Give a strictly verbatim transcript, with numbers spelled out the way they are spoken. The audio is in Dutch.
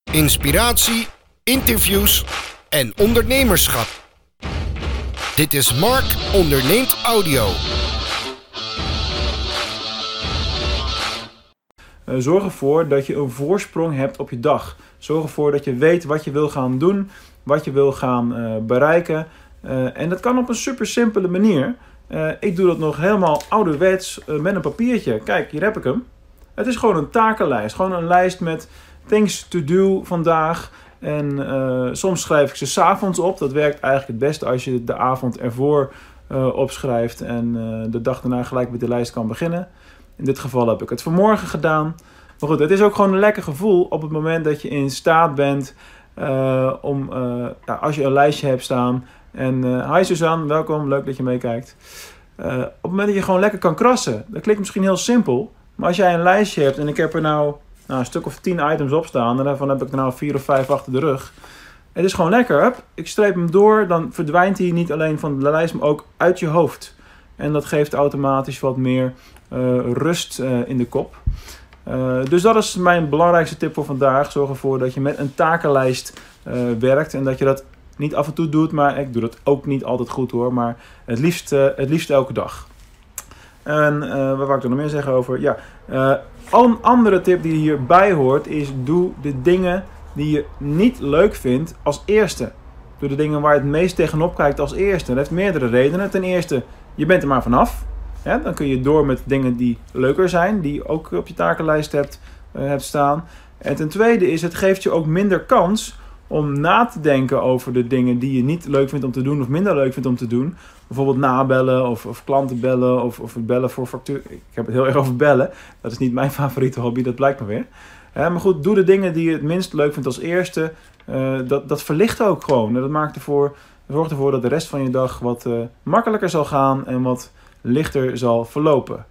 inspiratie, interviews en ondernemerschap. Dit is Mark Onderneemt Audio. Uh, zorg ervoor dat je een voorsprong hebt op je dag. Zorg ervoor dat je weet wat je wil gaan doen, wat je wil gaan uh, bereiken. Uh, en dat kan op een super simpele manier. Uh, ik doe dat nog helemaal ouderwets uh, met een papiertje. Kijk, hier heb ik hem. Het is gewoon een takenlijst. Gewoon een lijst met things to do vandaag. En uh, soms schrijf ik ze 's avonds op. Dat werkt eigenlijk het beste als je de avond ervoor uh, opschrijft. En uh, de dag daarna gelijk met de lijst kan beginnen. In dit geval heb ik het vanmorgen gedaan. Maar goed, het is ook gewoon een lekker gevoel op het moment dat je in staat bent uh, om, uh, ja, als je een lijstje hebt staan. En uh, hi Suzanne, welkom, leuk dat je meekijkt. Uh, op het moment dat je gewoon lekker kan krassen. Dat klinkt misschien heel simpel. Maar als jij een lijstje hebt en ik heb er nou, nou een stuk of tien items op staan. En daarvan heb ik er nou vier of vijf achter de rug. Het is gewoon lekker. Hup, ik streep hem door. Dan verdwijnt hij niet alleen van de lijst, maar ook uit je hoofd. En dat geeft automatisch wat meer uh, rust uh, in de kop. Uh, dus dat is mijn belangrijkste tip voor vandaag. Zorg ervoor dat je met een takenlijst uh, werkt. En dat je dat niet af en toe doet. Maar ik doe dat ook niet altijd goed hoor. Maar het liefst, uh, het liefst elke dag. En uh, wat wou ik er nog meer zeggen over? Ja, uh, een andere tip die hierbij hoort is: doe de dingen die je niet leuk vindt als eerste. Doe de dingen waar je het meest tegenop kijkt als eerste. Dat heeft meerdere redenen. Ten eerste, je bent er maar vanaf. Ja, dan kun je door met dingen die leuker zijn, die je ook op je takenlijst hebt, uh, hebt staan. En ten tweede is, het geeft je ook minder kans om na te denken over de dingen die je niet leuk vindt om te doen of minder leuk vindt om te doen. Bijvoorbeeld nabellen of, of klanten bellen of, of bellen voor factuur. Ik heb het heel erg over bellen. Dat is niet mijn favoriete hobby, dat blijkt maar weer. Ja, maar goed, doe de dingen die je het minst leuk vindt als eerste. Uh, dat, dat verlicht ook gewoon. Dat maakt ervoor, zorgt ervoor dat de rest van je dag wat uh, makkelijker zal gaan en wat lichter zal verlopen.